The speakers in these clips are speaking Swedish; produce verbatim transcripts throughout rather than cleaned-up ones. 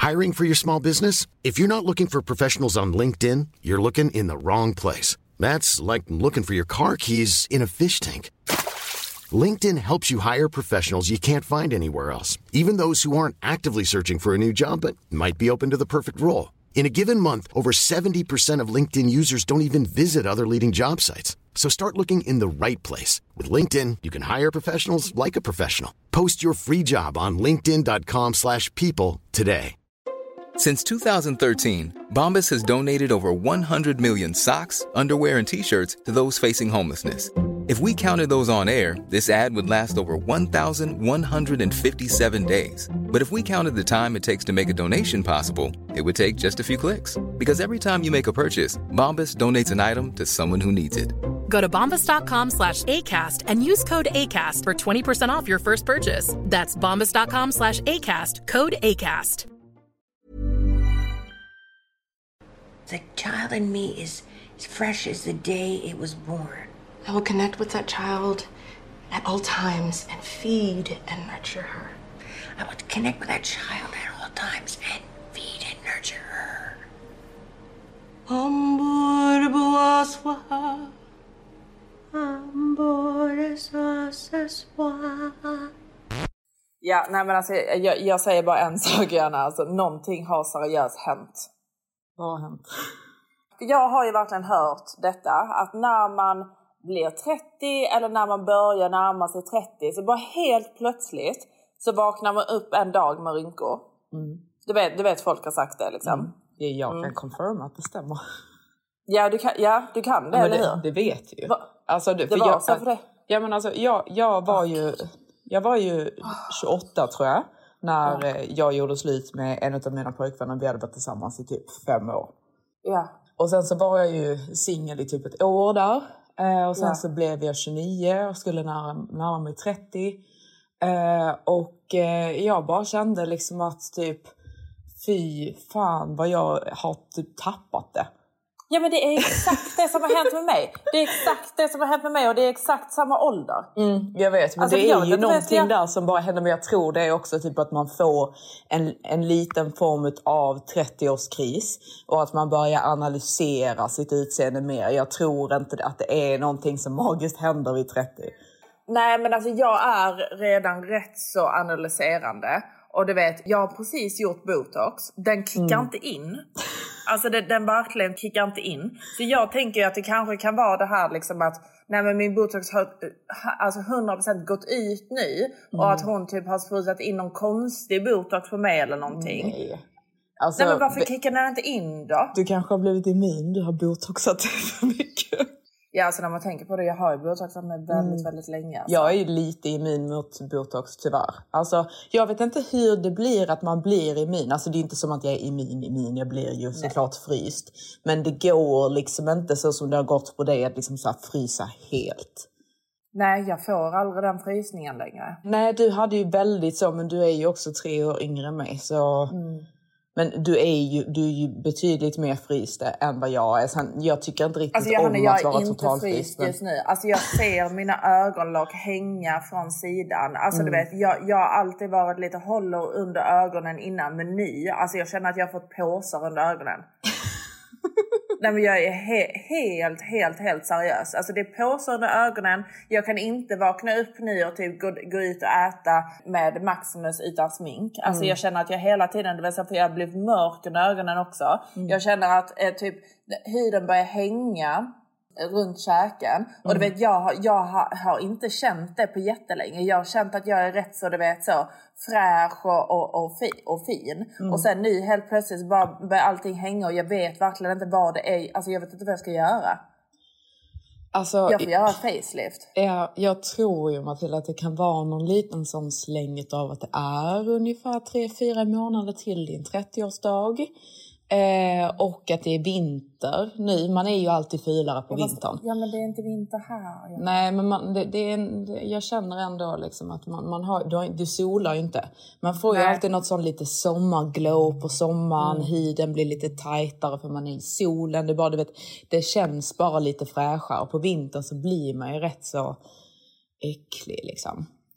Hiring for your small business? If you're not looking for professionals on LinkedIn, you're looking in the wrong place. That's like looking for your car keys in a fish tank. LinkedIn helps you hire professionals you can't find anywhere else, even those who aren't actively searching for a new job but might be open to the perfect role. In a given month, over seventy percent of LinkedIn users don't even visit other leading job sites. So start looking in the right place. With LinkedIn, you can hire professionals like a professional. Post your free job on linkedin dot com slash people today. Since two thousand thirteen, Bombas has donated over one hundred million socks, underwear, and T-shirts to those facing homelessness. If we counted those on air, this ad would last over one thousand one hundred fifty-seven days. But if we counted the time it takes to make a donation possible, it would take just a few clicks. Because every time you make a purchase, Bombas donates an item to someone who needs it. Go to bombas dot com slash ACAST and use code ACAST for twenty percent off your first purchase. That's bombas dot com slash ACAST, code ACAST. The child in me is as fresh as the day it was born. I will connect with that child at all times and feed and nurture her. I would connect with that child at all times and feed and nurture her. Ja, nej men alltså jag, jag säger bara en sak gärna. Alltså, någonting har seriöst hänt. Vad har hänt? Jag har ju verkligen hört detta. Att när man blir trettio eller när man börjar närma sig trettio, så bara helt plötsligt så vaknar man upp en dag med rynkor. Mm. Du vet, du vet folk har sagt det liksom. Mm. Jag kan mm. confirma att det stämmer. Ja, du kan, ja, du kan det, ja, eller det, hur? det vet ju. Va? Alltså, det, det för var jag, så för det? Ja, men alltså, jag, jag var ju jag var ju tjugoåtta tror jag. När ja. jag gjorde slut med en av mina pojkvänner. Vi hade varit tillsammans i typ fem år. Ja. Och sen så var jag ju singel i typ ett år där. Eh, och sen ja. så blev jag tjugonio och skulle nära, nära mig trettio. Eh, och eh, jag bara kände liksom att typ, fy fan vad jag har typ tappat det. Ja, men det är exakt det som har hänt med mig. Det är exakt det som har hänt med mig och det är exakt samma ålder. Mm, jag vet, men alltså, det är ju någonting jag... där som bara händer. Men jag tror det är också typ att man får en, en liten form av trettio-årskris. Och att man börjar analysera sitt utseende mer. Jag tror inte att det är någonting som magiskt händer vid trettio. Nej, men alltså jag är redan rätt så analyserande. Och du vet, jag har precis gjort botox. Den kickar mm. inte in. Alltså det, den verkligen kickar inte in. Så jag tänker att det kanske kan vara det här liksom att nej, men min botox har alltså hundra procent gått ut nu. Mm. Och att hon typ har sprutat in någon konstig botox på mig eller någonting. Nej. Alltså, nej, men varför kickar den inte in då? Du kanske har blivit immun, du har botoxat för mycket. Ja, alltså när man tänker på det, jag har ju botoxat mig väldigt, mm. väldigt länge. Alltså. Jag är ju lite immun mot botox tyvärr. Alltså, jag vet inte hur det blir att man blir immun. Alltså det är inte som att jag är immun, immun. Jag blir ju såklart fryst. Men det går liksom inte så som det har gått på dig att liksom så här frysa helt. Nej, jag får aldrig den frysningen längre. Nej, du hade ju väldigt så, men du är ju också tre år yngre än mig, så... Mm. Men du är ju, du är ju betydligt mer fryst än vad jag är. Sen, jag tycker inte riktigt alltså, om Johanna, att vara totalfryst. Jag är inte fryst just nu. Alltså jag ser mina ögonlock hänga från sidan. Alltså mm. du vet, jag, jag har alltid varit lite hollow under ögonen innan. Men nu, alltså jag känner att jag har fått påsar under ögonen. Nej, men jag är he- helt, helt, helt seriös. Alltså det är påsar under ögonen. Jag kan inte vakna upp nu och typ gå, gå ut och äta med Maximus utan smink. Alltså mm. jag känner att jag hela tiden, det vill säga, för jag har blivit mörk under ögonen också. Mm. Jag känner att eh, typ huden börjar hänga runt käken. Mm. Och du vet, jag, jag har, har inte känt det på jättelänge. Jag har känt att jag är rätt så, du vet så, fräsch och, och, och, fi, och fin. Mm. Och sen nu helt plötsligt bara börjar allting hänga och jag vet verkligen inte vad det är. Alltså jag vet inte vad jag ska göra. Alltså, jag får göra facelift. Ja, jag tror ju, Matilda, att det kan vara någon liten sån slänget av att det är ungefär tre fyra månader till din trettioårsdag. Eh, och att det är vinter nu. Man är ju alltid fulare på ja, vintern. Ja, men det är inte vinter här. Ja. Nej, men man, det, det är en, det, jag känner ändå liksom att man, man har, du, du solar ju inte. Man får Nej. ju alltid något sånt lite sommarglow på sommaren. Mm. Huden blir lite tajtare för man är i solen. Det, bara, du vet, det känns bara lite fräschare. Och på vintern så blir man ju rätt så äcklig liksom.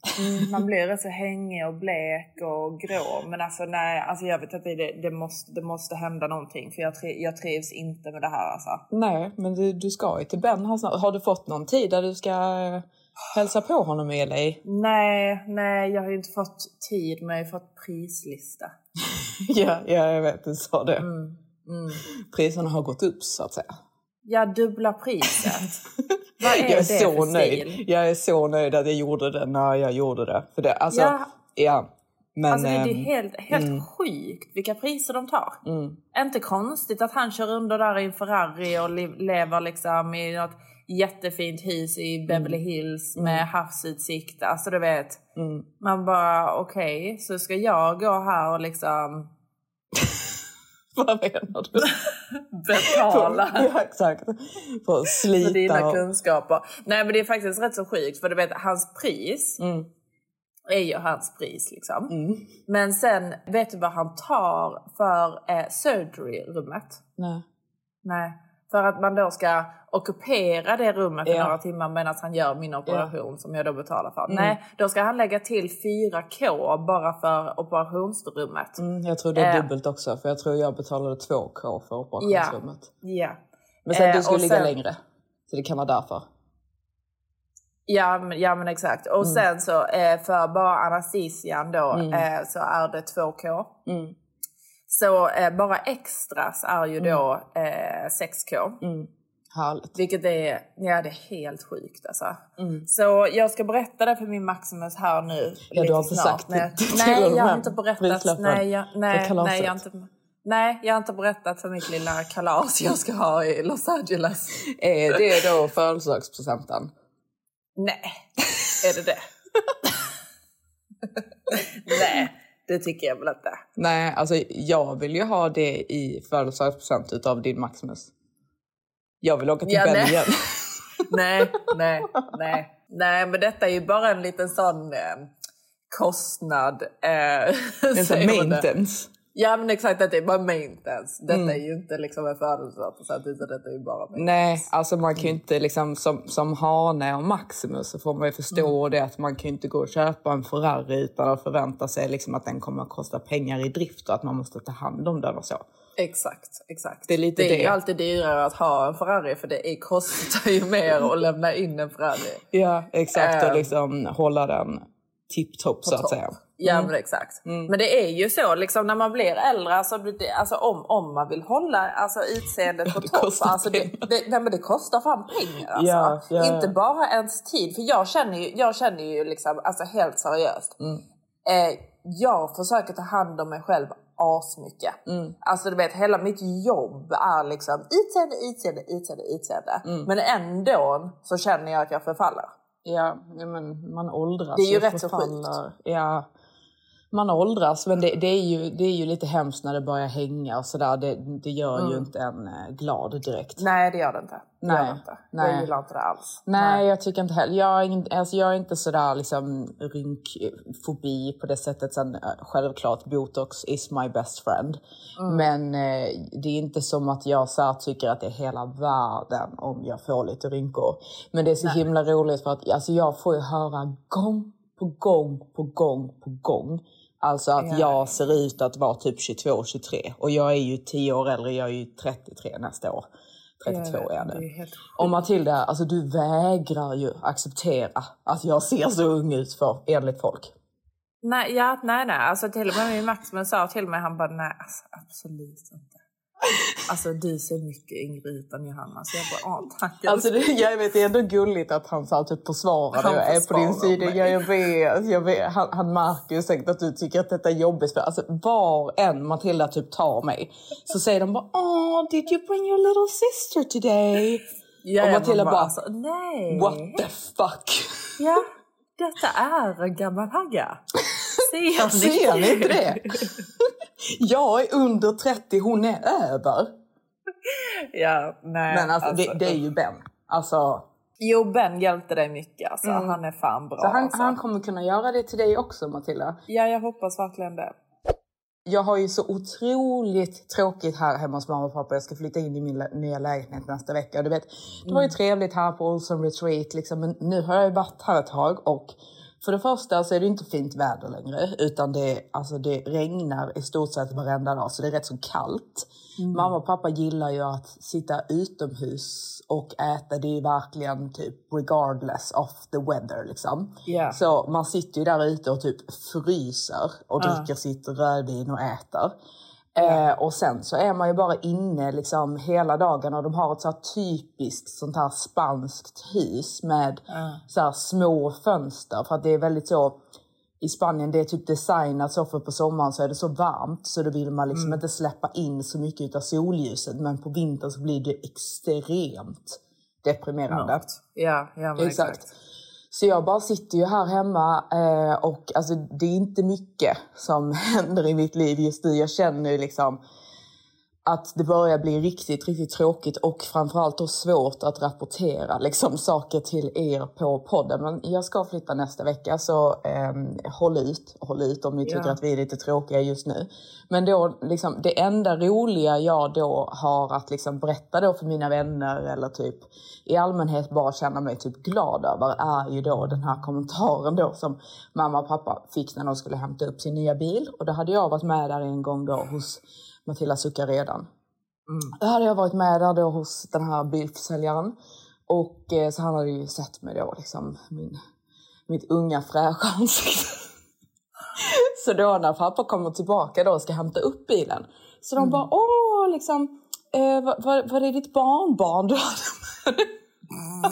Mm, man blir rätt så hängig och blek och grå. Men alltså nej, alltså jag vet att det, det, måste, det måste hända någonting. För jag, tri, jag trivs inte med det här alltså. Nej, men du, du ska ju till Ben. Har du fått någon tid där du ska hälsa på honom i L A? Nej, nej, jag har ju inte fått tid, men jag har fått prislista. ja, ja, jag vet, du sa det. Mm, mm. Priserna har gått upp så att säga. Ja, dubbla priset. Vad är jag är det så för nöjd. stil? Jag är så nöjd att jag gjorde det när jag gjorde det. För det alltså, ja. ja men, alltså det är ähm, helt, helt mm. sjukt vilka priser de tar. Mm. Inte konstigt att han kör under där i en Ferrari och le- lever liksom i något jättefint hus i Beverly Hills mm. med havsutsikt. Alltså du vet, mm. man bara okej, okay, så ska jag gå här och liksom... Vad menar du? Betala. Ja, exakt. För att slita. För dina kunskaper. Nej, men det är faktiskt rätt så sjukt. För du vet, hans pris mm. är ju hans pris liksom. Mm. Men sen, vet du vad han tar för eh, surgery-rummet? Nej. Nej. För att man då ska ockupera det rummet ja. i några timmar medan han gör min operation ja. som jag då betalar för. Mm. Nej, då ska han lägga till fyra K bara för operationsrummet. Mm, jag tror det är eh. dubbelt också, för jag tror jag betalade två K för operationsrummet. Ja. ja. Men sen eh, du skulle ligga sen, längre, så det kan vara därför. Ja, men, ja men exakt. Och mm. sen så eh, för bara anestesian då mm. eh, så är det två K. Mm. Så eh, bara extras är ju mm. då eh, sex K. Mm. Härligt. Vilket är, ja, det är helt sjukt alltså. Mm. Så jag ska berätta det för min Maximus här nu. Ja, du har inte snart, sagt det. Nej, jag har inte berättat. Nej, jag, nej, nej, jag har inte, nej, jag har inte berättat för mitt lilla kalas jag ska ha i Los Angeles. Är det då födelsedagspresenten? Nej, är det det? Nej. Det tycker jag väl inte. Nej, alltså jag vill ju ha det i födelsedagspresent utav din Maximus. Jag vill åka till ja, Ben nej. igen. nej, nej, nej. Nej, men detta är ju bara en liten sån eh, kostnad. Eh, en sån maintenance. Ja, men exakt, det är bara maintenance. Detta mm. är ju inte liksom en födelsedagspresent, utan detta är ju bara maintenance. Nej, alltså man kan ju inte liksom som, som Hane och Maximus så får man ju förstå mm. det att man kan ju inte gå och köpa en Ferrari utan att förvänta sig liksom att den kommer att kosta pengar i drift och att man måste ta hand om den och så. Exakt, exakt. Det är, lite det är det. ju alltid dyrare att ha en Ferrari för det är, kostar ju mer att lämna in en Ferrari. Ja, exakt. Um, och liksom hålla den tipptopp så att top. säga. Ja, Mm. men exakt. Mm. Men det är ju så, liksom när man blir äldre, alltså, det, alltså om, om man vill hålla alltså, utseendet på topp, alltså, det, det, nej, men det kostar fan pengar. Alltså. Ja, ja. Inte bara ens tid, för jag känner ju, jag känner ju liksom, alltså, helt seriöst. Mm. Eh, jag försöker ta hand om mig själv asmycket. Mm. Alltså du vet, hela mitt jobb är liksom utseende, utseende, utseende, utseende. Mm. Men ändå så känner jag att jag förfaller. Ja, men man åldras. Det är ju rätt så sjukt. Ja, man åldras, men det, det, är ju, det är ju lite hemskt när det börjar hänga och sådär. Det, det gör mm. ju inte en glad direkt. Nej, det gör det inte. Det Nej. gör det inte. Nej. Jag gillar inte det alls. Nej, Nej. jag tycker inte heller. Jag är, inte, alltså jag är inte sådär liksom rynkfobi på det sättet. Sen, självklart, botox is my best friend. Mm. Men eh, det är inte som att jag så här tycker att det är hela världen om jag får lite rynkor. Men det är så Nej. himla roligt för att alltså, jag får ju höra gång på gång på gång på gång. Alltså att ja. jag ser ut att vara typ tjugotvå tjugotre. Och jag är ju tio år äldre, jag är ju trettiotre nästa år. trettiotvå ja, är jag nu. Och Matilda, alltså du vägrar ju acceptera att jag ser så ung ut för enligt folk. Nej, ja, nej, nej. Alltså till och med min Maximus sa till mig, han bara, nej, alltså, absolut inte. Alltså du ser mycket yngre ut än Johanna. Så jag bara, åh tack. Alltså det, jag vet, det är ändå gulligt att han så typ försvarar dig och är på din sida. Jag, jag vet, jag vet han, han märker ju säkert att du tycker att detta är jobbigt. För alltså var en Matilda typ tar mig så säger de bara, åh, did you bring your little sister today? Ja, och Matilda bara, bara alltså, nej. What the fuck? Ja, detta är en gammal hagga. Ser, Ser ni inte det? Jag är under trettio, hon är över. Ja, nej. Men alltså, alltså det, det är ju Ben. Alltså... Jo, Ben hjälpte dig mycket. Alltså. Mm. Han är fan bra. Så han, alltså. han kommer kunna göra det till dig också, Matilda. Ja, jag hoppas verkligen det. Jag har ju så otroligt tråkigt här hemma hos mamma och pappa. Jag ska flytta in i min nya lägenhet nästa vecka. Du vet, det var ju trevligt här på Olsen Retreat. Liksom. Men nu har jag ju varit här ett tag och För det första så är det inte fint väder längre. Utan det, alltså det regnar i stort sett varenda dag. Så det är rätt så kallt. Mm. Mamma och pappa gillar ju att sitta utomhus och äta. Det är ju verkligen typ regardless of the weather liksom. Yeah. Så man sitter ju där ute och typ fryser. Och uh. dricker sitt rödvin och äter. Yeah. Eh, och sen så är man ju bara inne liksom hela dagen. Och de har ett så här typiskt sånt här spanskt hus. Med uh. så här små fönster. För att det är väldigt så... I Spanien det är typ designat så för på sommaren så är det så varmt. Så då vill man liksom mm. inte släppa in så mycket av solljuset. Men på vintern så blir det extremt deprimerande. Något. Ja, ja men exakt. exakt. Så jag bara sitter ju här hemma eh, och alltså, det är inte mycket som händer i mitt liv just nu. Jag känner ju liksom att det börjar bli riktigt, riktigt tråkigt och framförallt då svårt att rapportera liksom, saker till er på podden. Men jag ska flytta nästa vecka så eh, håll ut, håll ut om ni tycker ja. att vi är lite tråkiga just nu. Men då, liksom, det enda roliga jag då har att liksom, berätta då för mina vänner eller typ i allmänhet bara känna mig typ glad över är ju då den här kommentaren då som mamma och pappa fick när de skulle hämta upp sin nya bil. Och då hade jag varit med där en gång då hos Matilda Sucka redan. Mm. Då hade jag varit med där då hos den här bilförsäljaren. Och eh, så han hade ju sett mig då liksom min, mitt unga fräscha ansikte. Så då när pappa kommer tillbaka då och ska hämta upp bilen. Så de mm. bara, åh liksom, eh, vad, vad, vad är ditt barnbarn du hade med? Mm.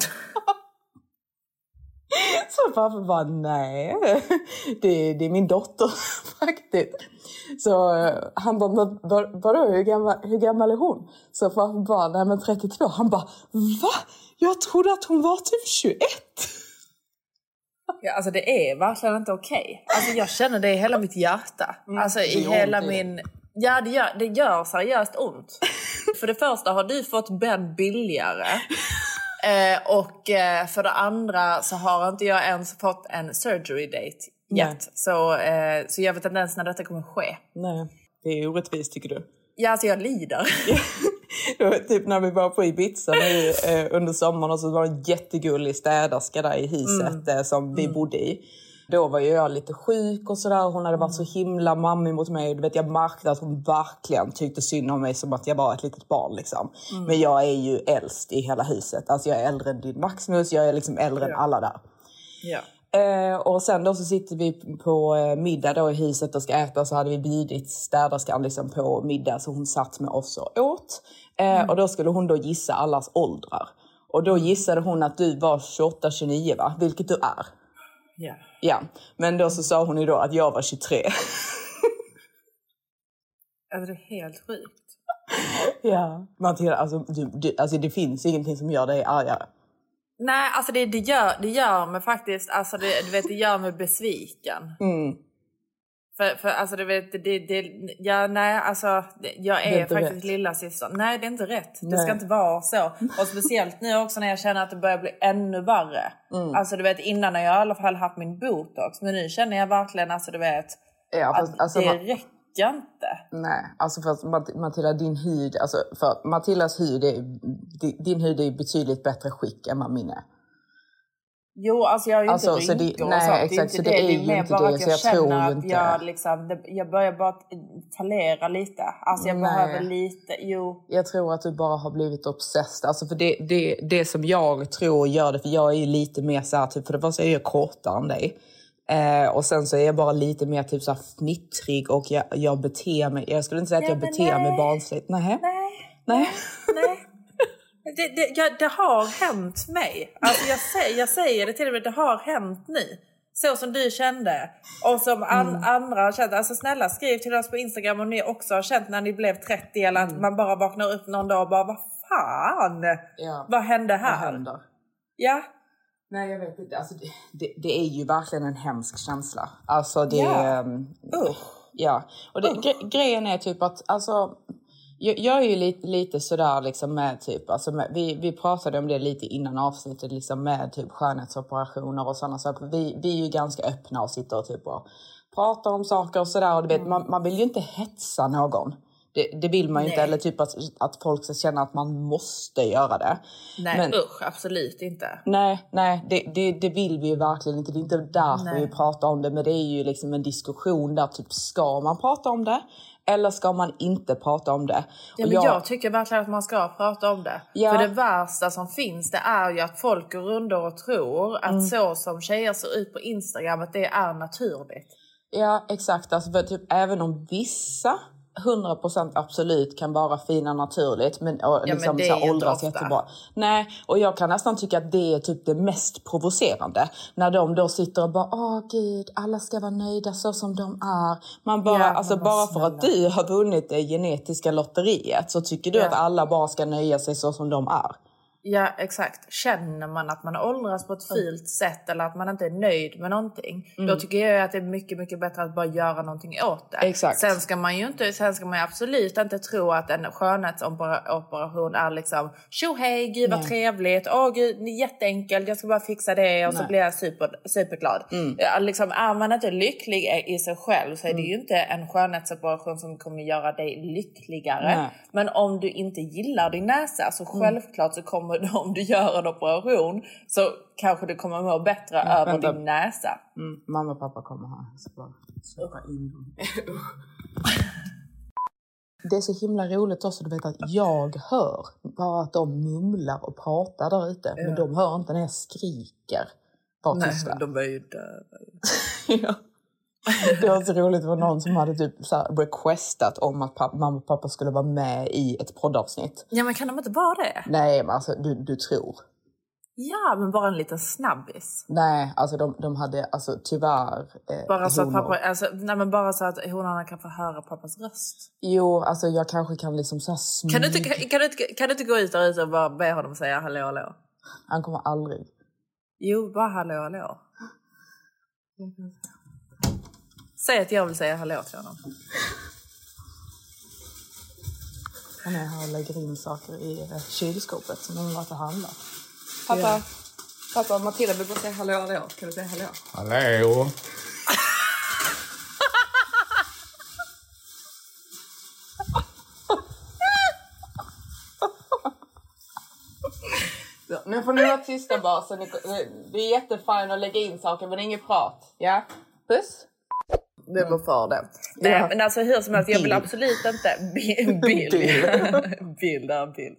Så pappa bara, nej, det, det är min dotter faktiskt. Så uh, han bara, men, var, vadå, hur gammal, hur gammal är hon? Så pappa bara, nej men trettiotvå. Han bara, va? Jag trodde att hon var typ tjugoett. Ja, alltså det är verkligen inte okej. Okay. Alltså jag känner det i hela mitt hjärta. Mm, alltså i hela ont, min... Ja, det gör, det gör seriöst ont. För det första har du fått Ben billigare. Eh, och eh, för det andra så har inte jag ens fått en surgery date yet. Så, eh, så jag vet inte ens när detta kommer ske. Nej, det är orättvist tycker du? Ja, alltså jag lider. Typ när vi var på Ibiza nu, eh, under sommaren och så var det en jättegullig städerska där i huset mm. eh, som vi mm. bodde i. Då var ju jag lite sjuk och sådär. Hon hade varit så himla mammig mot mig. Du vet, jag märkte att hon verkligen tyckte synd om mig som att jag var ett litet barn. Liksom. Mm. Men jag är ju äldst i hela huset. Alltså jag är äldre än din Maximus. Jag är liksom äldre ja. än alla där. Ja. Eh, och sen då så sitter vi på eh, middag då i huset och ska äta. Så hade vi bjudit städerskan liksom på middag. Så hon satt med oss och åt. Eh, mm. Och då skulle hon då gissa allas åldrar. Och då gissade hon att du var tjugoåtta tjugonio va? Vilket du är. Yeah. Ja, men då så sa hon ju då att jag var tjugotre. Alltså det är helt sjukt. Ja, Matilda, alltså, du, du, alltså det finns ingenting som gör dig argare. Nej, alltså det, det, gör, det gör mig faktiskt, alltså det, du vet, det gör mig besviken. Mm. För, för alltså du vet, det, det, ja, nej, alltså det, jag är, är faktiskt rätt. Lilla syster. Nej, det är inte rätt. Nej. Det ska inte vara så. Och speciellt nu också när jag känner att det börjar bli ännu värre. Mm. Alltså du vet, innan har jag i alla fall haft min botox. Men nu känner jag verkligen, alltså du vet, ja, fast, att alltså, det man, räcker inte. Nej, alltså för att Matilda, din hud, alltså för Matildas hud, är, din hud är betydligt bättre skick än vad min är. Jo, alltså jag har ju alltså, inte rynkor så det, nej, och exakt, det, så det, det är ju inte det, så jag tror ju inte. Jag, liksom, det, jag börjar bara fallera lite. Alltså jag nej. behöver lite, jo. Jag tror att du bara har blivit obsessed. Alltså för det, det, det som jag tror gör det, för jag är ju lite mer så här, typ, för det första är jag kortare än dig. Eh, och sen så är jag bara lite mer typ så här fnittrig och jag, jag beter mig, jag skulle inte säga att jag nej, beter nej. mig barnsligt. Nej. Nej. Nej. Nej. Det, det, ja, det har hänt mig. Alltså jag, säger, jag säger det till dig, det har hänt nu. Så som du kände. Och som an, mm. andra har känt. Alltså snälla, skriv till oss på Instagram om ni också har känt när ni blev trettio. Eller att mm. man bara vaknar upp någon dag och bara, vad fan? Ja. Vad hände här? Vad händer? Ja. Nej, jag vet inte. Alltså, det, det, det är ju verkligen en hemsk känsla. Alltså det... Ja. Um, uh. Ja. Och det, uh. gre- grejen är typ att... Alltså, Jag, jag är ju lite, lite sådär liksom med typ, alltså med, vi, vi pratade om det lite innan avsnittet liksom med typ skönhetsoperationer och sådana saker. Vi, vi är ju ganska öppna och sitter och typ och pratar om saker och sådär. Och du vet, mm. man, man vill ju inte hetsa någon. Det, det vill man ju inte. Eller typ att, att folk ska känna att man måste göra det. Nej, men, usch, absolut inte. Nej, nej det, det, det vill vi ju verkligen inte. Det är inte därför nej. vi pratar om det. Men det är ju liksom en diskussion där typ, ska man prata om det? Eller ska man inte prata om det? Ja, men jag... jag tycker verkligen att man ska prata om det. Ja. För det värsta som finns, det är ju att folk går runt och tror att mm. så som tjejer ser ut på Instagram, att det är naturligt. Ja, exakt. Alltså för typ, även om vissa hundra procent absolut kan vara fina naturligt, men, och, ja, liksom, men det så är åldras jättebra. Nej, och jag kan nästan tycka att det är typ det mest provocerande. När de då sitter och bara, åh gud, alla ska vara nöjda så som de är. Man bara, ja, alltså bara för att du har vunnit det genetiska lotteriet så tycker du ja. att alla bara ska nöja sig så som de är. Ja, exakt. Känner man att man åldras på ett mm. fult sätt eller att man inte är nöjd med någonting, mm. då tycker jag att det är mycket, mycket bättre att bara göra någonting åt det. Exakt. Sen ska man ju inte, sen ska man absolut inte tro att en skönhetsoperation är liksom, tjo hej, gud vad Nej. trevligt, åh gud, det är jätteenkelt, jag ska bara fixa det och Nej. så blir jag super, superglad. Mm. Ja, liksom, är man inte lycklig i sig själv så är det mm. ju inte en skönhetsoperation som kommer göra dig lyckligare. Nej. Men om du inte gillar din näsa så självklart så kommer om du gör en operation så kanske du kommer må bättre ja, över vänta. din näsa. Mm. Mamma och pappa kommer här. Så bara släppa in dem. Det är så himla roligt också, du vet att jag hör bara att de mumlar och pratar där ute. Ja. Men de hör inte när jag skriker. Bara Nej, tysta. De är ju döva. Ja. Det var så roligt, det var någon som hade typ så här requestat om att pappa, mamma och pappa skulle vara med i ett poddavsnitt. Ja, men kan de inte vara det? Nej, men alltså du, du tror. Ja, men bara en liten snabbis. Nej, alltså de, de hade alltså tyvärr eh, bara så honor. Att pappa, alltså, nej men bara så att honorna kan få höra pappas röst. Jo, alltså jag kanske kan liksom så här smyga. Kan du inte, kan, kan, du inte, kan du inte gå ut där ute och bara be honom säga hallå hallå? Han kommer aldrig. Jo, bara hallå hallå. Säg att jag vill säga hallå till honom. Han är här och lägger in saker i kylskåpet som de har varit och handlat. Pappa, ja. pappa, Matilda vill bara säga hallå, hallå. Kan du säga hallå? Hallå. Nu får ni vara tysta bara. Så ni, det är jättefint att lägga in saker, men det är inget prat. Ja? Puss? Det var för det. Nej, ja. Men alltså hur som helst, jag vill absolut inte bild. Bild, bild, bild.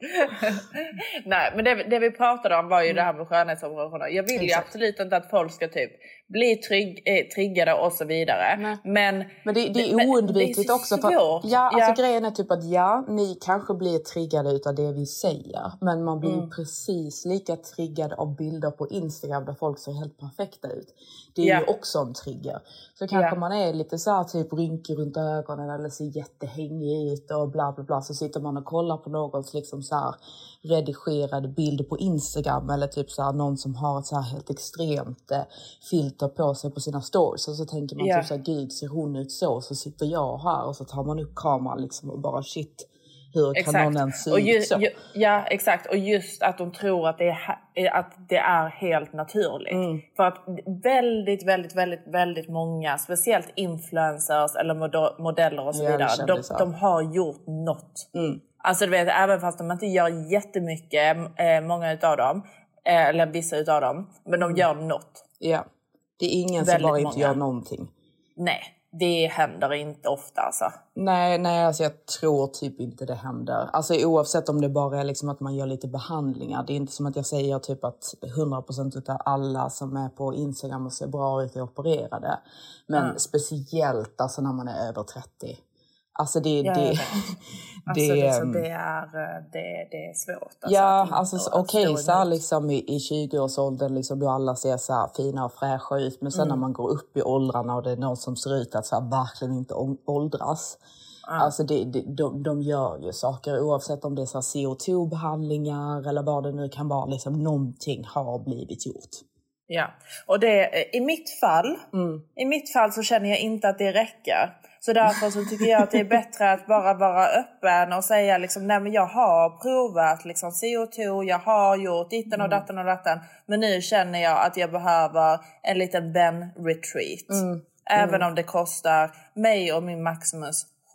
Nej, men det, det vi pratade om var ju mm. det här med skönhetsoperationer. Jag vill ju Exakt. absolut inte att folk ska typ bli trygg, eh, triggade och så vidare. Nej. Men, men det, det är oundvikligt också. För, ja, alltså ja. grejen är typ att ja, ni kanske blir triggade utav det vi säger. Men man blir mm. precis lika triggad av bilder på Instagram där folk ser helt perfekta ut. Det är ja. ju också en trigger. Så kanske ja. man är lite så här typ rynkig runt ögonen eller ser jättehängig ut och bla bla bla. Så sitter man och kollar på någons liksom så här redigerade bilder på Instagram. Eller typ så här någon som har ett så här helt extremt eh, filter på sig på sina stories. Och så tänker man ja. typ så här, gud ser hon ut så? Så sitter jag här och så tar man upp kameran liksom och bara shit. Hur exakt. kan någon ens se och ju, ut så? Ju, ja, exakt. Och just att de tror att det är, att det är helt naturligt. Mm. För att väldigt, väldigt, väldigt, väldigt många, speciellt influencers eller mod- modeller och så vidare, de, de har gjort något. Mm. Alltså du vet, även fast de inte gör jättemycket, eh, många utav dem, eh, eller vissa utav dem, men de mm. gör något. Ja, det är ingen väldigt som bara många. Inte gör någonting. Nej. Det händer inte ofta alltså. Nej, nej alltså jag tror typ inte det händer. Alltså oavsett om det bara är liksom att man gör lite behandlingar. Det är inte som att jag säger typ att hundra procent av alla som är på Instagram och ser bra ut är opererade. Men mm. speciellt alltså när man är över trettio. Alltså det, ja, det, det, alltså det, det, det, är, det, det är svårt. Alltså, ja, alltså okej okay, så här, liksom i, i tjugo-årsåldern liksom, då alla ser så här fina och fräscha ut. Men sen mm. när man går upp i åldrarna och det är någon som ser ut att så här, verkligen inte åldras. Mm. Alltså det, det, de, de gör ju saker oavsett om det är så här C O två-behandlingar eller vad det nu kan vara. Liksom, någonting har blivit gjort. Ja, och det, i mitt fall mm. i mitt fall så känner jag inte att det räcker. Så därför så tycker jag att det är bättre att bara vara öppen och säga liksom, nej men jag har provat liksom C O två, jag har gjort ditten och datten och datten. Men nu känner jag att jag behöver en liten Ben retreat. Mm. Även mm. om det kostar mig och min Maximus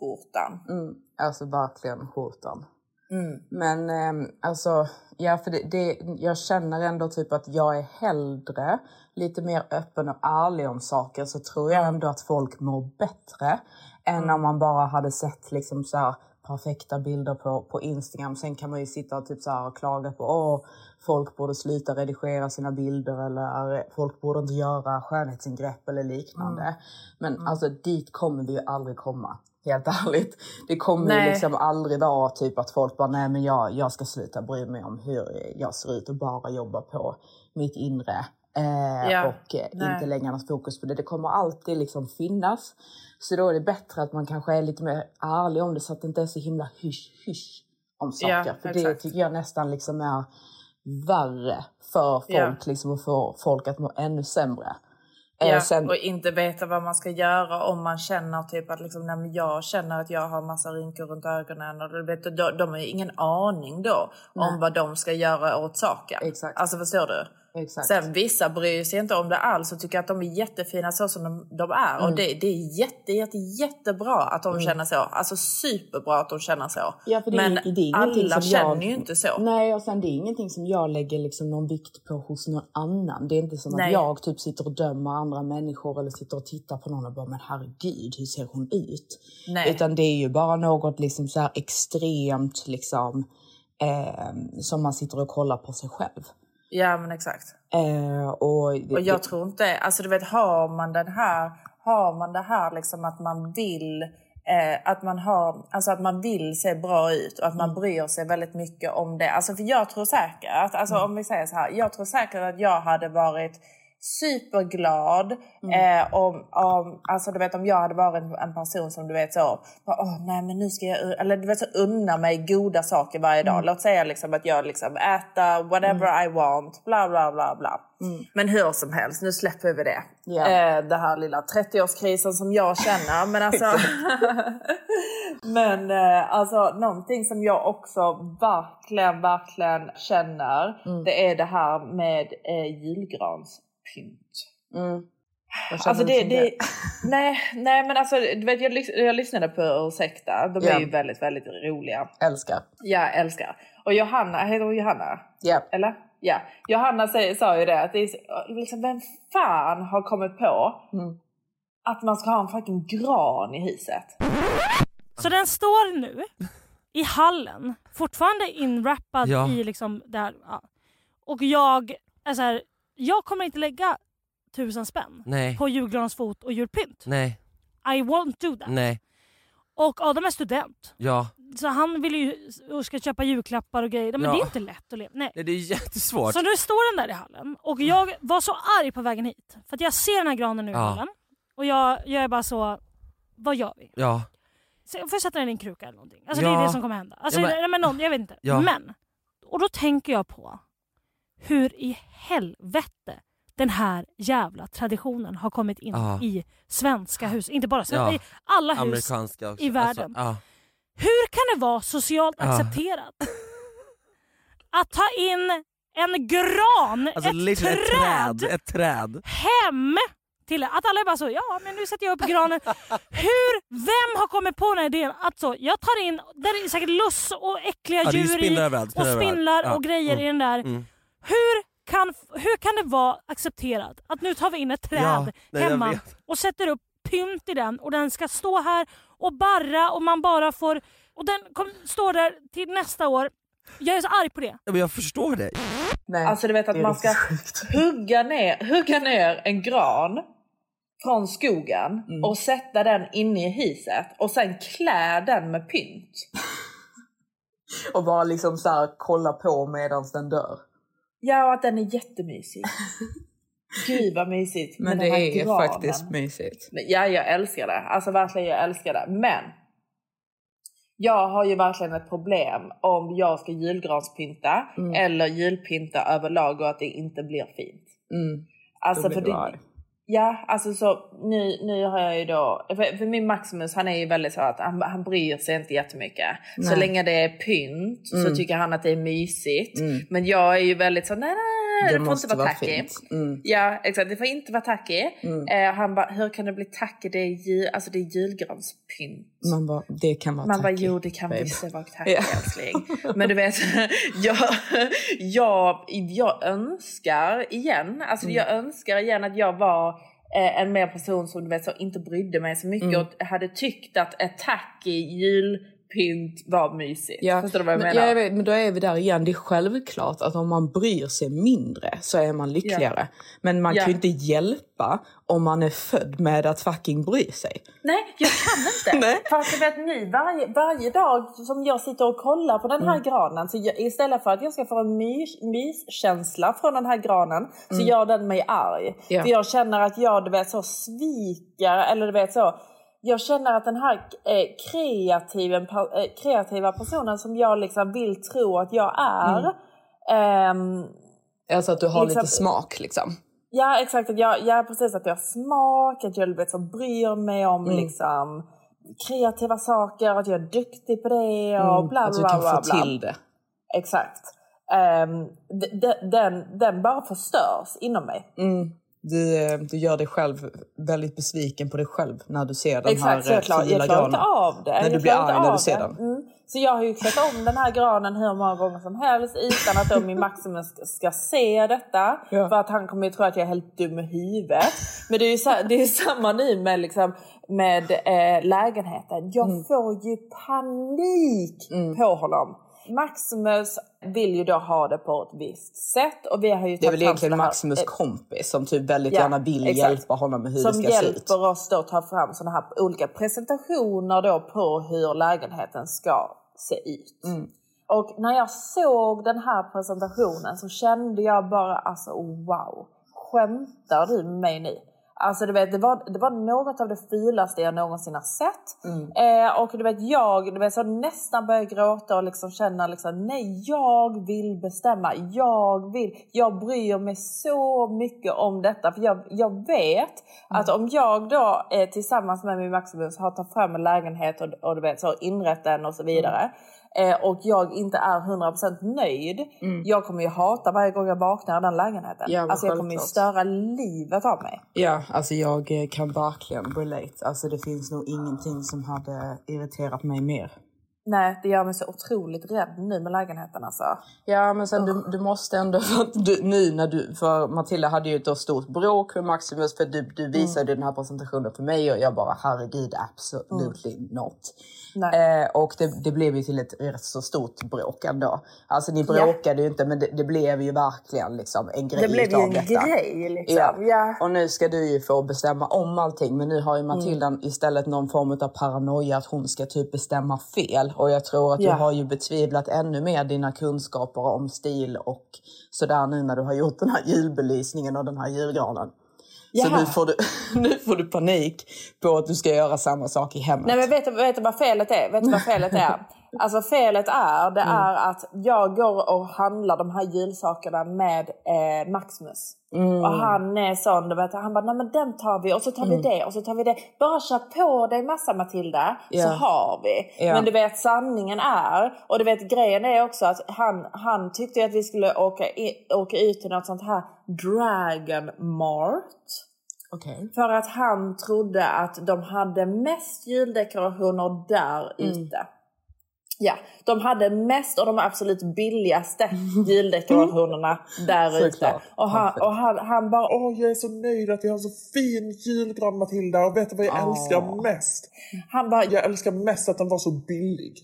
skjortan. Mm. Alltså verkligen skjortan. Mm. Men eh, alltså, ja, för det, det, jag känner ändå typ att jag är hellre lite mer öppen och ärlig om saker, så tror jag ändå att folk mår bättre än mm. när man bara hade sett liksom så här perfekta bilder på, på Instagram. Sen kan man ju sitta och typ så här och klaga på åh, folk borde sluta redigera sina bilder, eller folk borde inte göra skönhetsingrepp eller liknande. Mm. Men mm. alltså dit kommer vi ju aldrig komma. Helt ärligt. Det kommer nej. ju liksom aldrig vara typ att folk bara, nej men jag, jag ska sluta bry mig om hur jag ser ut och bara jobba på mitt inre. Eh, ja. Och eh, inte lägga något fokus på det. Det kommer alltid liksom finnas. Så då är det bättre att man kanske är lite mer ärlig om det, så att det inte är så himla hysch hysch om saker. Ja, för exakt. Det tycker jag nästan liksom är värre för folk, ja. liksom, att få folk att må ännu sämre. Ja, sen, och inte veta vad man ska göra om man känner typ att liksom, nej, men jag känner att jag har massa rynkor runt ögonen, och du vet, de, de har ju ingen aning då nej. om vad de ska göra åt saken. Exakt. Alltså förstår du? Exakt. Sen vissa bryr sig inte om det alls och tycker att de är jättefina så som de, de är. Mm. Och det, det är jätte, jätte, jättebra att de mm. känner så. Alltså superbra att de känner så. Ja, för det, men det är alla känner jag, ju inte så. Nej, och sen det är ingenting som jag lägger liksom någon vikt på hos någon annan. Det är inte som nej. att jag typ sitter och dömer andra människor eller sitter och tittar på någon och bara, men herregud, hur ser hon ut? Nej. Utan det är ju bara något liksom så här extremt liksom eh, som man sitter och kollar på sig själv. Ja, men exakt. Eh, och, och jag det, tror inte, alltså du vet, har man den här, har man det här liksom att man vill, eh, att man har, alltså att man vill se bra ut och att man mm. bryr sig väldigt mycket om det. Alltså för jag tror säkert, alltså mm. om vi säger så här, jag tror säkert att jag hade varit superglad mm. eh, om, om alltså du vet om jag hade varit en person som du vet så åh nej men nu ska jag, eller du vet så unna mig goda saker varje dag. Mm. Låt säga liksom att jag liksom äta whatever mm. I want, bla bla bla bla. Mm. Men hur som helst, nu släpper vi det. Yeah. Eh, det här lilla trettioårskrisen som jag känner, men alltså men eh, alltså någonting som jag också verkligen verkligen känner mm. det är det här med eh, julgrans pynt. Mm. Alltså det, det, det nej, nej men alltså du vet jag, jag lyssnade på Ursäkta. De yeah. är ju väldigt väldigt roliga. Älskar. Ja, älskar. Och Johanna, heter hon Johanna? Ja. Yeah. Eller? Ja. Johanna säger, sa ju det att det är liksom, vem fan har kommit på mm. att man ska ha en fucking gran i huset. Så den står nu i hallen, fortfarande inwrappad ja. i liksom där ja. Och jag är så här, jag kommer inte lägga tusen spänn Nej. på julgransfot och julpynt. Nej. I won't do that. Nej. Och Adam är student. Ja. Så han vill ju och ska köpa julklappar och grejer. Men ja. det är inte lätt att leva. Nej. Nej, det är jättesvårt. Så nu står den där i hallen. Och jag var så arg på vägen hit. För att jag ser den här granen nu ja. i hallen. Och jag, jag är bara så, vad gör vi? Ja. Så jag får sätta den i en kruka eller någonting. Alltså ja. det är det som kommer hända. Alltså, ja, men... men någon, jag vet inte. Ja. Men, och då tänker jag på hur i helvete den här jävla traditionen har kommit in ah. i svenska hus. Inte bara svenska, ja. i alla hus i världen. Alltså, ah. Hur kan det vara socialt ah. accepterat att ta in en gran, alltså, ett, träd, ett träd, ett träd hem till att alla är bara så, ja men nu sätter jag upp granen. Hur, vem har kommit på den här idén att så, jag tar in, där är säkert luss och äckliga ja, djur i och spindlar ja. och grejer mm. i den där. Mm. Hur Kan, hur kan det vara accepterat att nu tar vi in ett träd ja, nej, hemma och sätter upp pynt i den och den ska stå här och barra och man bara får och den kommer stå där till nästa år. Jag är så arg på det. Men jag förstår det. Nej, alltså du vet att man ska hugga ner, hugga ner en gran från skogen mm. och sätta den inne i huset och sen klä den med pynt. Och bara liksom så här kolla på medan den dör. Ja, och att den är jättemysig. Gud vad mysigt. Men det är granen. Faktiskt mysigt. Ja, jag älskar det. Alltså verkligen, jag älskar det. Men jag har ju verkligen ett problem om jag ska julgranspynta mm. eller julpynta överlag och att det inte blir fint. Mm. Alltså för det, ja, alltså så nu, nu har jag ju då, för, för min Maximus han är ju väldigt så att han, han bryr sig inte jättemycket. Nej. Så länge det är pynt mm. så tycker han att det är mysigt. Mm. Men jag är ju väldigt så nej, nej det, det får inte vara tacky. Mm. Ja, exakt. Det får inte vara tacky. Mm. Eh, han bara, hur kan det bli tacky? Det är, jul, alltså det är julgranspynt. Man bara, det kan vara Man tacky. Man bara, jo det kan visst vara tacky, yeah. älskling. Men du vet, jag, jag, jag önskar igen, alltså mm. jag önskar igen att jag var eh, en mer person som du vet så inte brydde mig så mycket mm. och hade tyckt att ett tacky jul pynt var mysigt. Ja, förstår du vad jag men, menar? jag vet, men då är vi där igen. Det är självklart att om man bryr sig mindre så är man lyckligare. Ja. Men man ja. kan ju inte hjälpa om man är född med att fucking bry sig. Nej, jag kan inte. För att jag vet ni, varje, varje dag som jag sitter och kollar på den här mm. granen så jag, istället för att jag ska få en mys, myskänsla från den här granen så mm. gör den mig arg. Ja. För jag känner att jag du vet så sviker eller du vet så jag känner att den här eh, kreativa, eh, kreativa personen som jag liksom vill tro att jag är. Mm. Eh, alltså att du har liksom, lite smak liksom. Ja, exakt. Att jag, jag precis att jag har smak. Att jag vet, som bryr mig om mm. liksom, kreativa saker. Att jag är duktig på det. Och mm. bla, bla, att du bla, kan bla, få bla. till det. Exakt. Um, d- den, den bara förstörs inom mig. Mm. Du, du gör dig själv väldigt besviken på dig själv när du ser den Exakt, här jag klar, jag klarar inte av det. När du jag blir arg när du det. ser den. Mm. Så jag har ju klätt om den här granen hur många gånger som helst utan att då min Maximus ska, ska se detta. Ja. För att han kommer ju tro att jag är helt dum i huvudet. Men det är ju, så, det är samma nu med, liksom, med eh, lägenheten. Jag mm. får ju panik mm. på honom. Maximus vill ju då ha det på ett visst sätt och vi har ju det är väl egentligen Maximus här, kompis som typ väldigt ja, gärna vill exakt. hjälpa honom med hur som det ska se ut. Som hjälper oss då ta fram såna här olika presentationer då på hur lägenheten ska se ut. Mm. Och när jag såg den här presentationen så kände jag bara alltså wow, skämtar du med mig nu? Alltså du vet, det var, det var något av det fulaste jag någonsin har sett. Mm. Eh, och du vet, jag du vet, så nästan började gråta och liksom känna liksom, nej, jag vill bestämma. Jag vill, jag bryr mig så mycket om detta. För jag, jag vet mm. att om jag då eh, tillsammans med min Maximus har tagit fram en lägenhet och, och du vet, så inrett den och så vidare. Mm. Eh, och jag inte är hundra procent nöjd. Mm. Jag kommer ju hata varje gång jag vaknar i den lägenheten. Ja, alltså jag kommer ju störa livet av mig. Ja, alltså jag kan verkligen relate. Alltså det finns nog ingenting som hade irriterat mig mer. Nej, det gör mig så otroligt rädd nu med lägenheten alltså. Ja, men sen du, du måste ändå, för att du, nu när du, för Matilda hade ju ett stort bråk med Maximus för du, du visade mm. den här presentationen för mig och jag bara, herregud, absolutely mm. not. Eh, och det, det blev ju till ett rätt så stort bråk ändå. Alltså ni bråkade yeah. ju inte, men det, det blev ju verkligen liksom en grej. Det blev ju en detta. grej liksom. Ja. Ja. Och nu ska du ju få bestämma om allting. Men nu har ju Matilda mm. istället någon form av paranoia att hon ska typ bestämma fel. Och jag tror att yeah. du har ju betvivlat ännu mer dina kunskaper om stil och sådär nu när du har gjort den här julbelysningen och den här julgranen. Jaha. Så nu får, du, nu får du panik på att du ska göra samma sak i hemmet. Nej, men vet du, vet du vad felet är? Vet du vad felet är? Alltså felet är, det mm. är att jag går och handlar de här julsakerna med eh, Maximus. Mm. Och han är sån, du vet, han bara, nej men den tar vi och så tar mm. vi det och så tar vi det. Bara kör på dig massa Matilda, yeah. så har vi. Yeah. Men du vet, sanningen är, och du vet, grejen är också att han, han tyckte att vi skulle åka, i, åka ut till något sånt här Dragon Mart. Okay. För att han trodde att de hade mest juldekorationer där mm. ute. Ja, de hade mest och de absolut billigaste juldekorationerna där ute. Och, han, och han, han bara, åh jag är så nöjd att jag har så fin julgran Matilda. Och vet du vad jag oh. älskar mest? Han bara, jag älskar mest att den var så billig.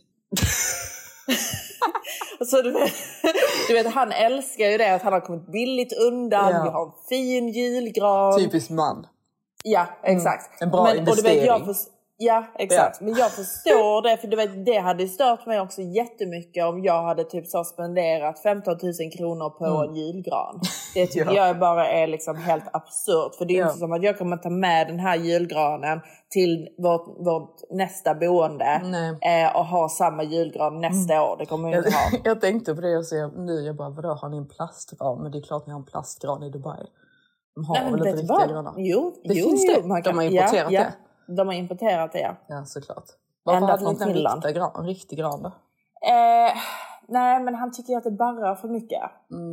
Så du vet, du vet, han älskar ju det att han har kommit billigt undan. Ja. Vi har en fin julgran. Typiskt man. Ja, exakt. Mm. En bra Men, investering. Och du vet, jag för, ja, exakt. Ja. Men jag förstår det. För du vet, det hade stört mig också jättemycket om jag hade typ så spenderat femton tusen kronor på mm. en julgran. Det tycker ja. jag bara är liksom helt absurt. För det är ja. inte som att jag kommer ta med den här julgranen till vårt, vårt nästa boende eh, och ha samma julgran nästa mm. år. Det kommer jag inte ha. Jag tänkte på det och så nu, jag bara, vadå, har ni en plastgran? Men det är klart ni har en plastgran i Dubai. De har Nej, väl inte riktiga granar? Jo, det jo, finns jo, det. Man kan, de har importerat ja, det. Ja, de har importerat det, ja. Ja, såklart. Varför hade han inte en riktig gran, en riktig gran då? Eh, nej, men han tycker att det barrar för mycket. Mm.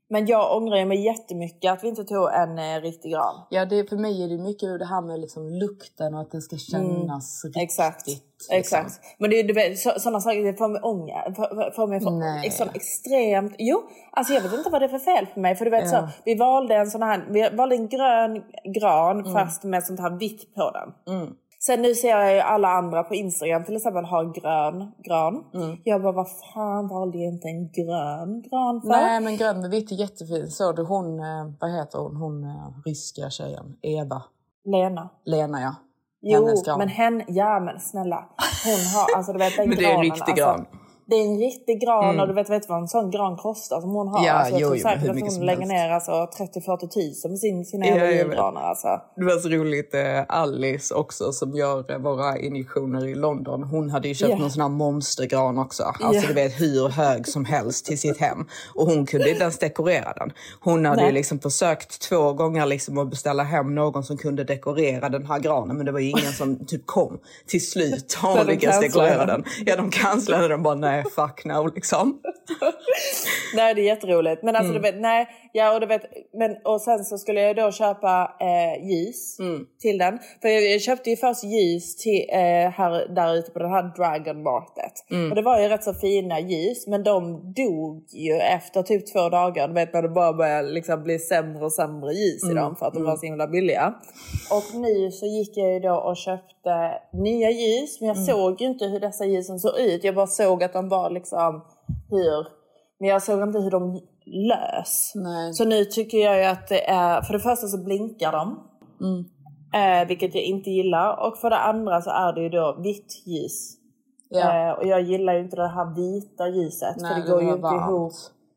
Men jag ångrar mig jättemycket att vi inte tog en eh, riktig gran. Ja, det, för mig är det mycket det här med liksom lukten och att den ska kännas mm, riktigt. Exakt, liksom. exakt. Men det är, du vet, så, sådana saker, det får mig ånger. Får, får mig för, liksom, extremt... Jo, alltså jag vet inte vad det är för fel på mig. För du vet ja. så, vi valde en sån här... Vi valde en grön gran mm. fast med sånt här vitt på den. Mm. Sen nu ser jag ju alla andra på Instagram till exempel ha grön gran. Mm. Jag bara, vad fan valde jag inte en grön gran för? Nej, men grön med vitt är jättefint. Så du hon, vad heter hon, hon ryska tjejen, Eva. Lena. Lena, ja. Jo, men hen, ja men snälla. Hon har, alltså du vet den men det är en riktig gran. Alltså, det är en riktig gran mm. och du vet, vet vad en sån gran kostar som hon har. Ja, alltså, jag jo, tror jo, säkert att hon lägger ner alltså, trettio till fyrtio tusen med sin, sina ja, julgranar. Alltså. Det var så roligt. Eh, Alice också som gör eh, våra injektioner i London. Hon hade ju köpt yeah. någon sån här monstergran också. Alltså yeah. du vet hur hög som helst till sitt hem. Och hon kunde inte ens dekorera den. Hon hade ju liksom försökt två gånger liksom att beställa hem någon som kunde dekorera den här granen. Men det var ju ingen som typ kom till slut. Hon lyckades dekorera den. Ja, de kanslade den bara, nej fuck no. Liksom. Nej, det är jätteroligt. Men alltså mm. du vet, nej, ja och du vet, men och sen så skulle jag då köpa eh, ljus mm. till den. För jag, jag köpte ju först ljus till eh, här där ute på den här Dragon Market. Mm. Och det var ju rätt så fina ljus, men de dog ju efter typ två dagar. Du vet när det bara började liksom bli sämre och sämre ljus mm. i dem för att de mm. var så himla billiga. Och nu så gick jag ju då och köpte nya ljus, men jag mm. såg ju inte hur dessa ljusen såg ut. Jag bara såg att de var liksom hur, men jag såg inte hur de lös. Nej. Så nu tycker jag ju att det är, för det första så blinkar de. Mm. Eh, vilket jag inte gillar. Och för det andra så är det ju då vitt ljus. Ja. Eh, och jag gillar ju inte det här vita ljuset. Nej, för det går det ju inte varmt. ihop.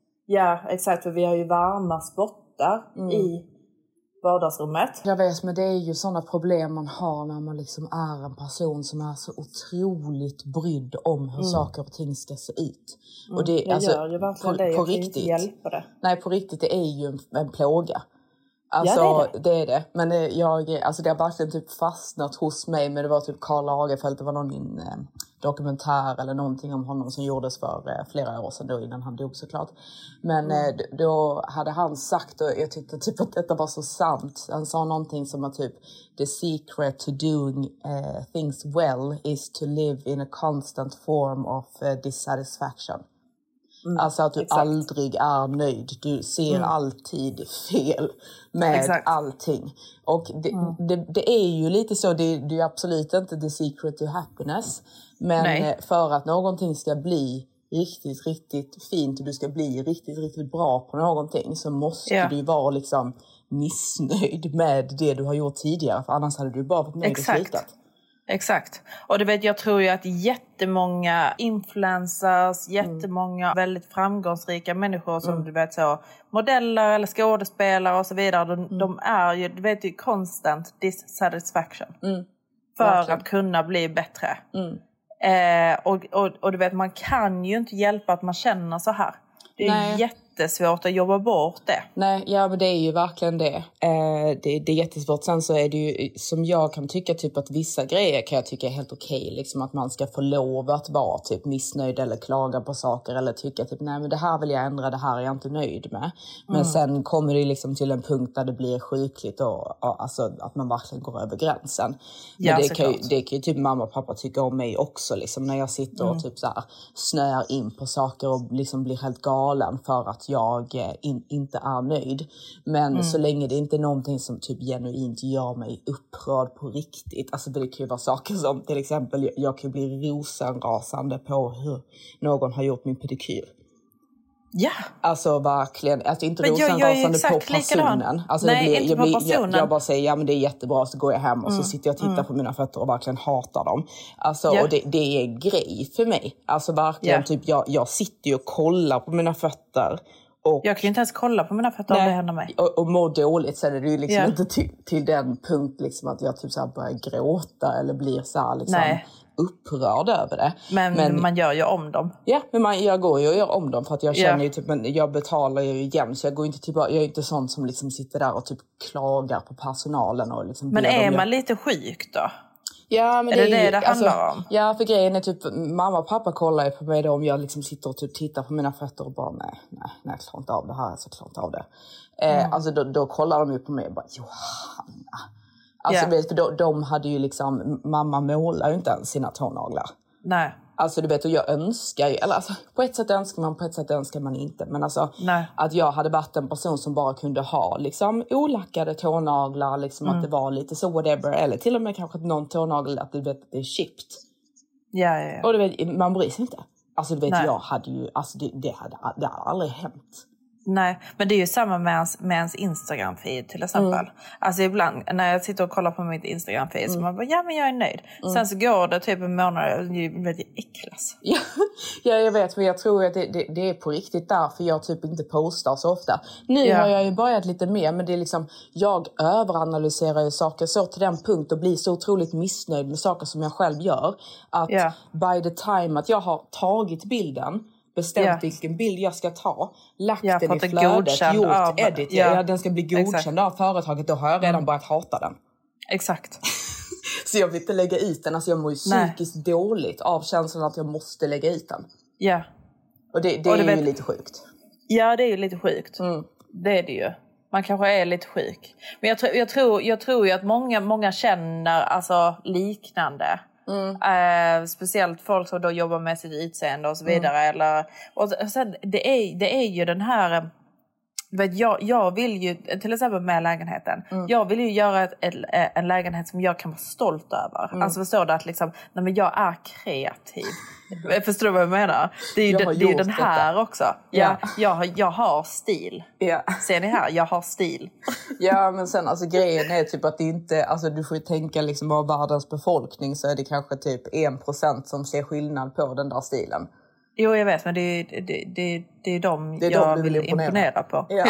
Ja, exakt. För vi har ju varma spottar mm. i vardagsrummet. Jag vet, men det är ju sådana problem man har när man liksom är en person som är så otroligt brydd om hur mm. saker och ting ska se ut. Mm. Och det, jag alltså, gör ju verkligen på, det. Jag på kan riktigt, inte hjälpa det. Nej, på riktigt, det är ju en, en plåga. Alltså, ja, det är det. det är det. Men det, jag, alltså, det har verkligen typ fastnat hos mig. Men det var typ Karl Lagerfeld, det var någon in, eh, dokumentär eller någonting om honom som gjordes för eh, flera år sedan då, innan han dog såklart. Men mm. eh, då hade han sagt, och jag tyckte typ att detta var så sant. Han sa någonting som att typ the secret to doing uh, things well is to live in a constant form of uh, dissatisfaction. Mm, alltså att du exakt. aldrig är nöjd. Du ser mm. alltid fel med exakt. allting. Och det, mm. det, det är ju lite så. Det, det är absolut inte the secret to happiness. Men Nej. för att någonting ska bli riktigt, riktigt fint och du ska bli riktigt, riktigt bra på någonting, så måste yeah. du vara liksom missnöjd med det du har gjort tidigare. För annars hade du bara varit nöjd och slutat. Exakt. Och du vet, jag tror ju att jättemånga influencers, jättemånga mm. väldigt framgångsrika människor som mm. du vet så, modeller eller skådespelare och så vidare, de, mm. de är ju, du vet ju, constant dissatisfaction. Mm. För Verkligen. att kunna bli bättre. Mm. Eh, och, och, och du vet, man kan ju inte hjälpa att man känner så här. Det är Nej. jättesvårt att jobba bort det. Nej, ja, men det är ju verkligen det. Eh, det. Det är jättesvårt. Sen så är det ju, som jag kan tycka, typ att vissa grejer kan jag tycka är helt okej. Okay, liksom att man ska få lov att vara typ missnöjd eller klaga på saker. Eller tycka typ, nej men det här vill jag ändra, det här är jag inte nöjd med. Men mm. sen kommer det liksom till en punkt där det blir sjukligt och, och alltså att man verkligen går över gränsen. Men ja, det, kan ju, det kan ju typ mamma och pappa tycka om mig också. Liksom, när jag sitter och mm. typ så här snöar in på saker och liksom blir helt galen för att jag in, inte är nöjd. Men mm. så länge det inte är någonting som typ genuint gör mig upprörd på riktigt. Alltså det kan ju vara saker som till exempel, jag kan bli rosenrasande på hur någon har gjort min pedikyr. Ja. Alltså verkligen, alltså inte rosenrasande på personen. Alltså Nej, blir, inte jag, på blir, personen. Jag, jag bara säger, ja men det är jättebra, så går jag hem och mm. så sitter jag och tittar mm. på mina fötter och verkligen hatar dem. Alltså, yeah. och det, det är en grej för mig. Alltså verkligen, yeah. typ jag, jag sitter ju och kollar på mina fötter. Och, jag kan inte ens kolla på mina fötter nej, om det händer mig. Och, och mår dåligt. Sen är det ju liksom yeah. inte till, till den punkt liksom att jag typ så här börjar gråta eller blir så här liksom nej. upprörd över det. Men, men man gör ju om dem. Ja, men man, jag går ju och gör om dem för att jag känner yeah. ju typ, men jag betalar ju igen, så jag går inte tillbaka, jag är inte sån som liksom sitter där och typ klagar på personalen och liksom. Men är man lite sjuk då? Ja, men är det det är det det alltså, handlar om? Ja, för grejen är typ, mamma och pappa kollar ju på mig då om jag liksom sitter och typ tittar på mina fötter och bara nej, nej, nej, jag klarar inte av det här, jag klarar inte av det. Eh, mm. Alltså då, då kollar de ju på mig och bara, Johanna. Alltså yeah. vet, för då, de hade ju liksom, mamma målar ju inte ens sina tånaglar. Nej. Alltså du vet, och jag önskar ju, eller alltså på ett sätt önskar man, på ett sätt önskar man inte. Men alltså Nej. att jag hade varit en person som bara kunde ha liksom olackade tånaglar, liksom mm. att det var lite så whatever. Eller till och med kanske någon tånagel att du vet att det är chipped. Ja, ja, ja. Och du vet, man bryr sig inte. Alltså du vet, Nej. jag hade ju, alltså det, det, hade, det hade aldrig hänt. Nej, men det är ju samma med ens, med ens Instagram-feed till exempel. Mm. Alltså ibland när jag sitter och kollar på mitt Instagram-feed mm. så man bara, ja men jag är nöjd. Mm. Sen så går det typ en månad och det är väldigt äcklas. Ja, ja, jag vet, men jag tror att det, det, det är på riktigt därför jag typ inte postar så ofta. Nu ja. har jag ju börjat lite mer, men det är liksom, jag överanalyserar ju saker så till den punkt och blir så otroligt missnöjd med saker som jag själv gör. Att ja. by the time att jag har tagit bilden, bestämt yeah. vilken bild jag ska ta, lagt yeah, den i flödet, gjort av, edit, yeah. ja, den ska bli godkänd Exakt. av företaget, då har jag redan mm. börjat hata den. Exakt. Så jag vill inte lägga ut den, alltså jag mår ju psykiskt Nej. dåligt av känslan att jag måste lägga ut den. Ja. Yeah. Och det, det och är vet... ju lite sjukt. Ja, det är ju lite sjukt. Mm. Det är det ju. Man kanske är lite sjuk. Men jag, tr- jag, tror, jag tror ju att många, många känner alltså liknande. Mm. Uh, speciellt folk som då jobbar med sitt utseende och så vidare. Mm. Eller, och sen, det, är, det är ju den här... Vet, jag, jag vill ju, till exempel med lägenheten. Mm. Jag vill ju göra ett, ett, en lägenhet som jag kan vara stolt över. Mm. Alltså förstår du att liksom, nej, men jag är kreativ. Förstår du vad jag menar? Det är ju, den, det är ju den här detta. också. Ja. Jag, jag, jag har stil. Ja. Ser ni här? Jag har stil. Ja, men sen alltså grejen är typ att det inte, alltså du får ju tänka liksom av världens befolkning så är det kanske typ en procent som ser skillnad på den där stilen. Jo, jag vet, men det är, det, det, det är de det är jag de vill imponera, imponera på. Ja.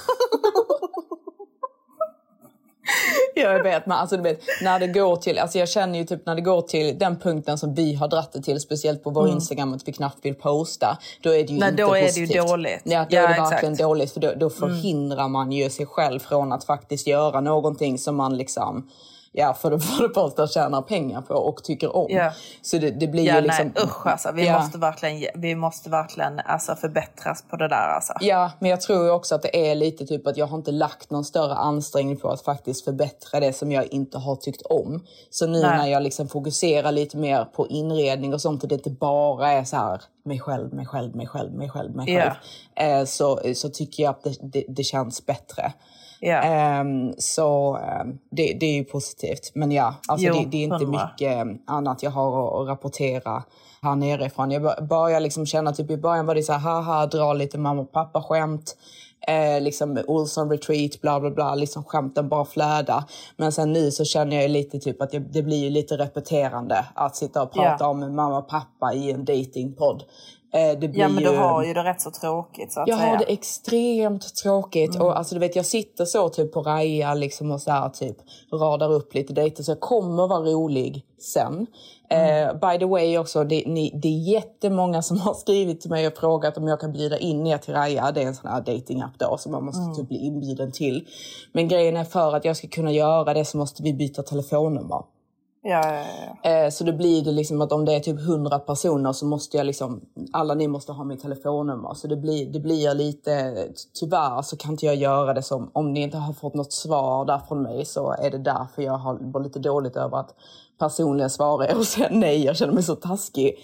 Jag vet, men alltså du vet, när det går till, alltså jag känner ju typ när det går till den punkten som vi har dratt det till, speciellt på vår mm. Instagram att vi knappt vill posta, då är det ju Nej, inte då positivt. Är det ju dåligt. Ja, då ja, är det verkligen exakt. dåligt, för då, då förhindrar mm. man ju sig själv från att faktiskt göra någonting som man liksom, ja, för det, för det första tjänar pengar på och tycker om. Yeah. Så det, det blir ja, ju liksom... Nej, usch alltså. Vi, ja. måste verkligen, vi måste verkligen alltså, förbättras på det där alltså. Ja, men jag tror ju också att det är lite typ att jag har inte lagt någon större ansträngning på att faktiskt förbättra det som jag inte har tyckt om. Så nu nej. när jag liksom fokuserar lite mer på inredning och sånt och det inte bara är så här mig själv, mig själv, mig själv, mig själv, mig själv. Yeah. Så, så tycker jag att det, det, det känns bättre. Yeah. Um, så um, det, det är ju positivt. Men ja, alltså jo, det, det är inte hundra. mycket um, annat jag har att, att rapportera här nerifrån. Jag börjar liksom känna typ i början var det så här, haha, dra lite mamma och pappa skämt. Eh, liksom Olsson retreat, bla bla bla, liksom skämten bara flöda. Men sen nu så känner jag lite typ att det, det blir ju lite repeterande att sitta och prata yeah. om mamma och pappa i en datingpodd. Eh, det blir ja, men ju, du har ju det rätt så tråkigt så att jag säga. har det extremt tråkigt. Mm. Och alltså du vet, jag sitter så typ på Raya liksom och så här typ radar upp lite dejter. Så jag kommer vara rolig sen. Mm. Uh, by the way också, det, ni, det är jättemånga som har skrivit till mig och frågat om jag kan bjuda in er till Raya. Det är en sån här dating-app då som man måste mm. typ bli inbjuden till. Men grejen är för att jag ska kunna göra det så måste vi byta telefonnummer. Ja, ja, ja. Uh, så det blir det liksom att om det är typ hundra personer så måste jag liksom, alla ni måste ha mitt telefonnummer. Så det blir, det blir lite, tyvärr så kan inte jag göra det som, om ni inte har fått något svar där från mig så är det därför jag har varit lite dåligt över att personligen svara och säga nej, jag känner mig så taskig.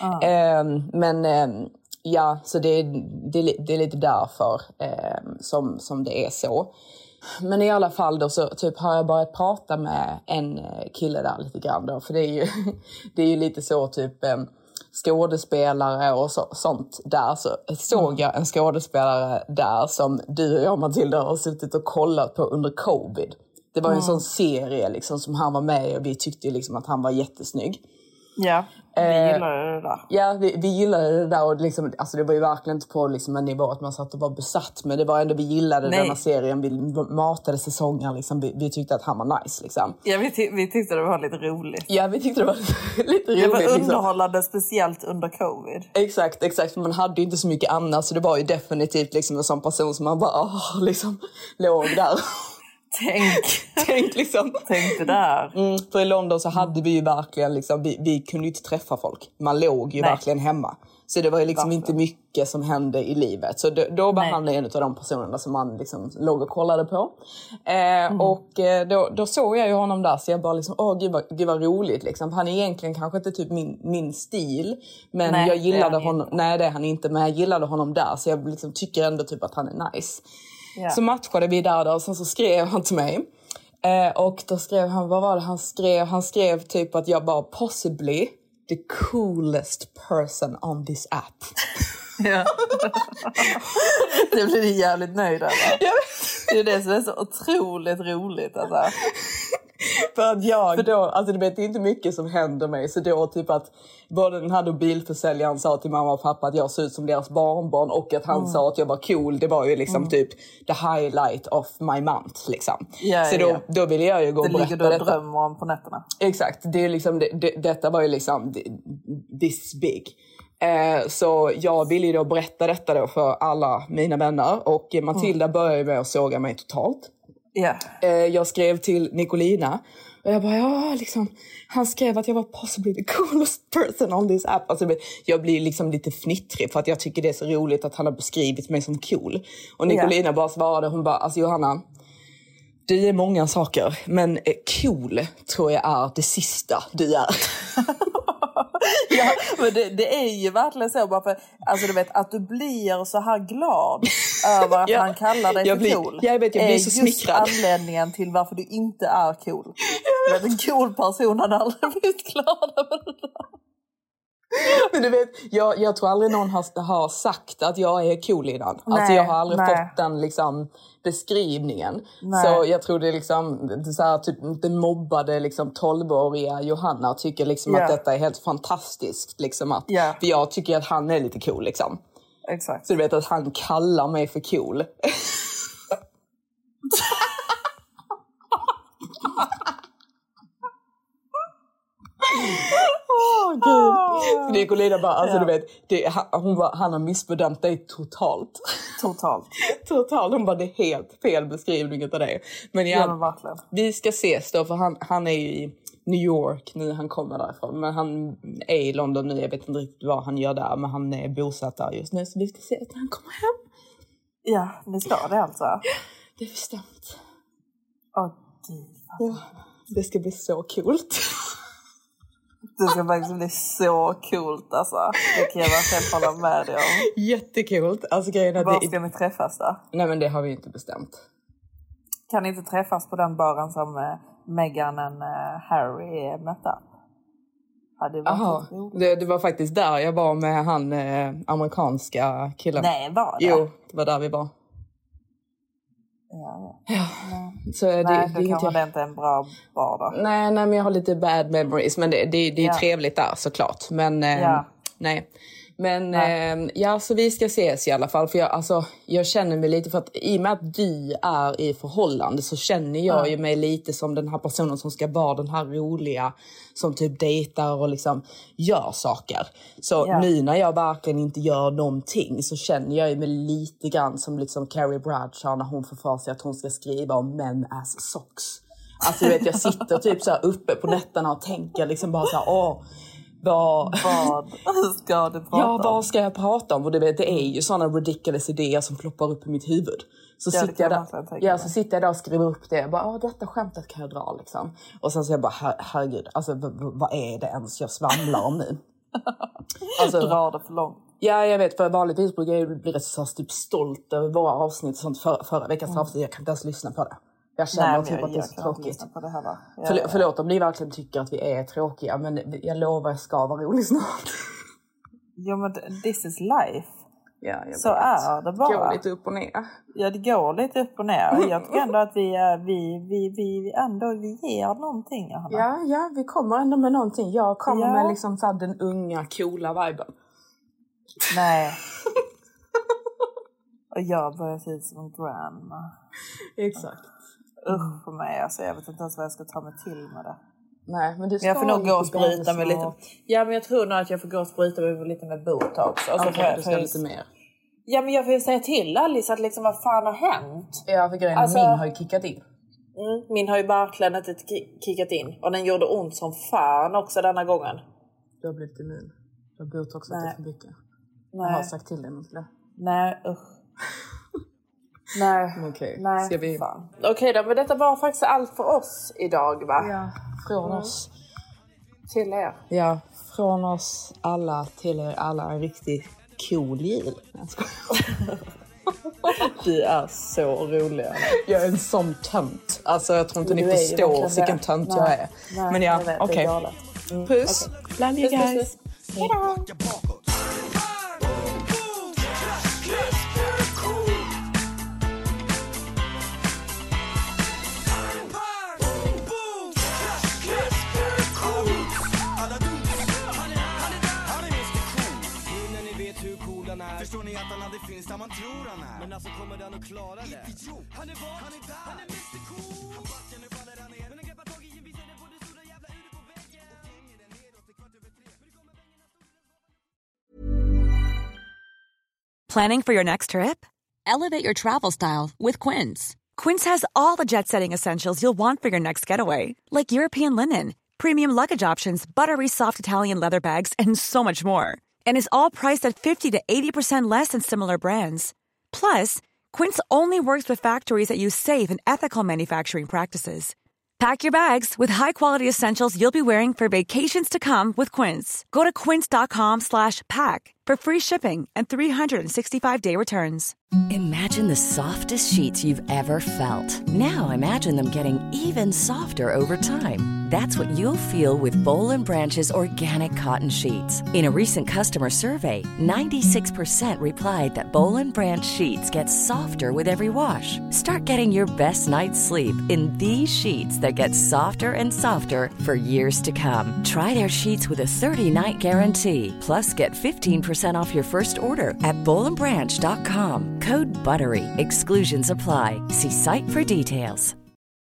Uh. Um, men um, ja, så det, det, det är lite därför um, som, som det är så. Men i alla fall då så typ har jag börjat prata med en kille där lite grann då. För det är ju, det är ju lite så typ um, skådespelare och så, sånt där. Så såg jag en skådespelare där som du och jag, Matilda, har suttit och kollat på under covid. Det var en mm. sån serie liksom, som han var med i och vi tyckte liksom att han var jättesnygg. Ja, vi eh, gillade det där. Ja, vi, vi gillade det där. Och liksom, alltså det var ju verkligen inte på liksom en nivå att man satt och var besatt. Men det var ändå, vi gillade Nej. denna serien. Vi matade säsonger. Liksom. Vi, vi tyckte att han var nice. Liksom. Ja, vi, ty- vi tyckte det var lite roligt. Ja, vi tyckte det var lite, lite roligt. Det var underhållande, liksom. Speciellt under covid. Exakt, exakt. För man hade ju inte så mycket annat. Så det var ju definitivt liksom en sån person som man bara åh, liksom, låg där. Tänk, Tänk liksom. Tänk det där. Mm, för i London så hade vi ju verkligen liksom, vi, vi kunde ju inte träffa folk. Man låg ju Nej. verkligen hemma. Så det var ju liksom inte mycket som hände i livet. Så då, då var Nej. han en av de personerna som man liksom låg och kollade på. Eh, mm. Och eh, då, då såg jag ju honom där. Så jag bara liksom, åh gud vad, gud vad roligt liksom. Han är egentligen kanske inte typ min, min stil. Men Nej, jag gillade honom. Inte. Nej det är han inte. Men jag gillade honom där. Så jag liksom tycker ändå typ att han är nice. Yeah. Så matchade vi där då. Och sen så skrev han till mig. Eh, och då skrev han, vad var det han skrev? Han skrev typ att jag bara possibly the coolest person on this app. Ja. Det blir jävligt nöjd av. Det är det som är så otroligt roligt alltså. För att jag För då, alltså du vet det är inte mycket som händer mig. Så då typ att både den här bilförsäljaren sa till mamma och pappa att jag såg ut som deras barnbarn. Och att han mm. sa att jag var cool. Det var ju liksom mm. typ the highlight of my month liksom. Ja, så ja, då, ja. då ville jag ju gå det och berätta detta. Det ligger du drömmer om på nätterna. Exakt, det är liksom, det, det, detta var ju liksom this big. Eh, så jag ville ju då berätta detta då för alla mina vänner. Och Matilda mm. började med att såga mig totalt. Yeah. Eh, jag skrev till Nicolina. Och jag bara, ja liksom. Han skrev att jag var possibly the coolest person on this app. Alltså, jag blir liksom lite fnittrig. För att jag tycker det är så roligt att han har beskrivit mig som cool. Och Nicolina yeah. bara svarade. Hon bara, alltså Johanna. Du är många saker. Men eh, cool tror jag är det sista du är. Ja, men det, det är ju verkligen så bara för, alltså du vet att du blir så här glad över att ja, han kallar dig för blir, cool. Jag vet, jag blir så smickrad. Just anledningen till varför du inte är cool. Du vet, en cool person hade aldrig blivit glad över det där. Men du vet, jag, jag tror aldrig någon har, har sagt att jag är cool innan. Nej, alltså jag har aldrig nej. fått den liksom beskrivningen. Nej. Så jag tror det är liksom det så här, typ den mobbade liksom tolvåriga Johanna tycker liksom yeah. att detta är helt fantastiskt liksom att yeah. för jag tycker att han är lite cool liksom. Exakt. Så du vet att han kallar mig för cool. Åh oh, gud. Så Nicolina bara, alltså ja. du vet det, hon bara, han har missbedömt dig totalt. Totalt. Totalt, hon bara, det är helt fel beskrivning av det. Men ja, ja vi ska ses då, för han, han är ju i New York nu, han kommer därifrån. Men han är i London nu, jag vet inte riktigt vad han gör där. Men han är bosatt där just nu, så vi ska se att han kommer hem. Ja, ni ska det alltså? Det är bestämt. Åh oh, gud. Ja, det ska bli så coolt. Det ska faktiskt bli så coolt alltså. Det kan jag verkligen hålla med dig om. Jättekult. Alltså, grejen var ska ni träffas då? Nej men det har vi inte bestämt. Kan ni inte träffas på den baren som eh, Meghan och eh, Harry mötte? Jaha, det, det var faktiskt där jag var med han eh, amerikanska killen. Nej, var det? Jo, det var där vi var. Ja, ja. ja. Så det, nej, det, det kanske det inte är en bra bar då. Nej, nej, men jag har lite bad memories. Men det, det, det är ja. trevligt där såklart. Men eh, ja. nej. Men eh, ja, så vi ska ses i alla fall. För jag, alltså, jag känner mig lite, för att i och med att du är i förhållande så känner jag mm. ju mig lite som den här personen som ska vara den här roliga som typ dejtar och liksom gör saker. Så yeah. nu när jag verkligen inte gör någonting så känner jag mig lite grann som liksom Carrie Bradshaw när hon får för sig att hon ska skriva om men as socks. Alltså du vet, jag sitter typ så här uppe på nätterna och tänker liksom bara så här, åh, Vad vad ska du prata ja, om? Ja, vad ska jag prata om? Och du vet, det är ju sådana ridiculous idéer som ploppar upp i mitt huvud. Så, ja, sitter, jag där, ja, så sitter jag där och skriver upp det. Jag bara, åh, detta skämtet kan jag dra liksom. Och sen så jag bara, her- herregud, alltså v- v- vad är det ens jag svamlar om nu? Alltså, dra det för långt. Ja, jag vet, för vanligtvis brukar jag bli rätt så typ stolt över våra avsnitt och sånt för, förra veckans mm. avsnitt. Jag kan inte ens lyssna på det. Jag känner Nej, typ jag, att det är så tråkigt. På det här, ja, Förl- ja. Förlåt om ni verkligen tycker att vi är tråkiga. Men jag lovar jag ska vara rolig snart. Jo men this is life. Ja, jag så vet. Är det bara. Det går lite upp och ner. Ja, det går lite upp och ner. Jag tycker ändå att vi, vi, vi, vi, ändå, vi ger någonting. Johanna. Ja, ja, vi kommer ändå med någonting. Jag kommer ja. med liksom så här, den unga, coola viben. Nej. Och jag börjar se ut som en grandma. Exakt. Usch för mig, alltså jag vet inte ens vad jag ska ta mig till med det. Nej, men du ska men jag får nog gå och sprita mig lite. Ja, men jag tror nog att jag får gå och sprita mig lite med botox. Och så okay, får jag, du ska lite mer. Ja, men jag får ju säga till Alice att liksom vad fan har hänt. Ja, för grejen alltså, min har ju kickat in. Mm, min har ju verkligen inte kickat in. Och den gjorde ont som fan också denna gången. Du har blivit immun. Du har botoxat Nej. det för mycket. Nej. Jag har sagt till dig inte det. Nej, usch. Nej, okej. Nej, Ska vi... Okej okay, då, men detta var faktiskt allt för oss idag, va? Ja, från mm. oss. Till er. Ja, från oss alla till er alla en riktigt cool jul. Du är så roliga. Jag är en sån tönt. Alltså jag tror inte ni förstår vilken tönt jag är. Nej, men ja, okej. Okay. Mm. Puss. Okay. Love you guys. Puss, puss. Hejdå. Förstår ni att han aldrig finns där man tror han är? Men alltså kommer den att klara det? Idiot! Han är var? Han är där! Han är mister Cool! Han backar, nu faller han ner. Men han greppar tag i en visare på det stora jävla uret på väggen. Och hänger den nedåt till kvart över tre. Men det kommer bängarna. Planning for your next trip? Elevate your travel style with Quince. Quince has all the jet-setting essentials you'll want for your next getaway. Like European linen, premium luggage options, buttery soft Italian leather bags, and so much more. And is all priced at fifty to eighty percent less than similar brands. Plus, Quince only works with factories that use safe and ethical manufacturing practices. Pack your bags with high-quality essentials you'll be wearing for vacations to come with Quince. Go to quince.com slash pack for free shipping and three sixty-five day returns. Imagine the softest sheets you've ever felt. Now imagine them getting even softer over time. That's what you'll feel with Boll and Branch's organic cotton sheets. In a recent customer survey, ninety-six percent replied that Boll and Branch sheets get softer with every wash. Start getting your best night's sleep in these sheets that get softer and softer for years to come. Try their sheets with a thirty night guarantee. Plus, get fifteen percent off your first order at boll and branch dot com. Code BUTTERY. Exclusions apply. See site for details.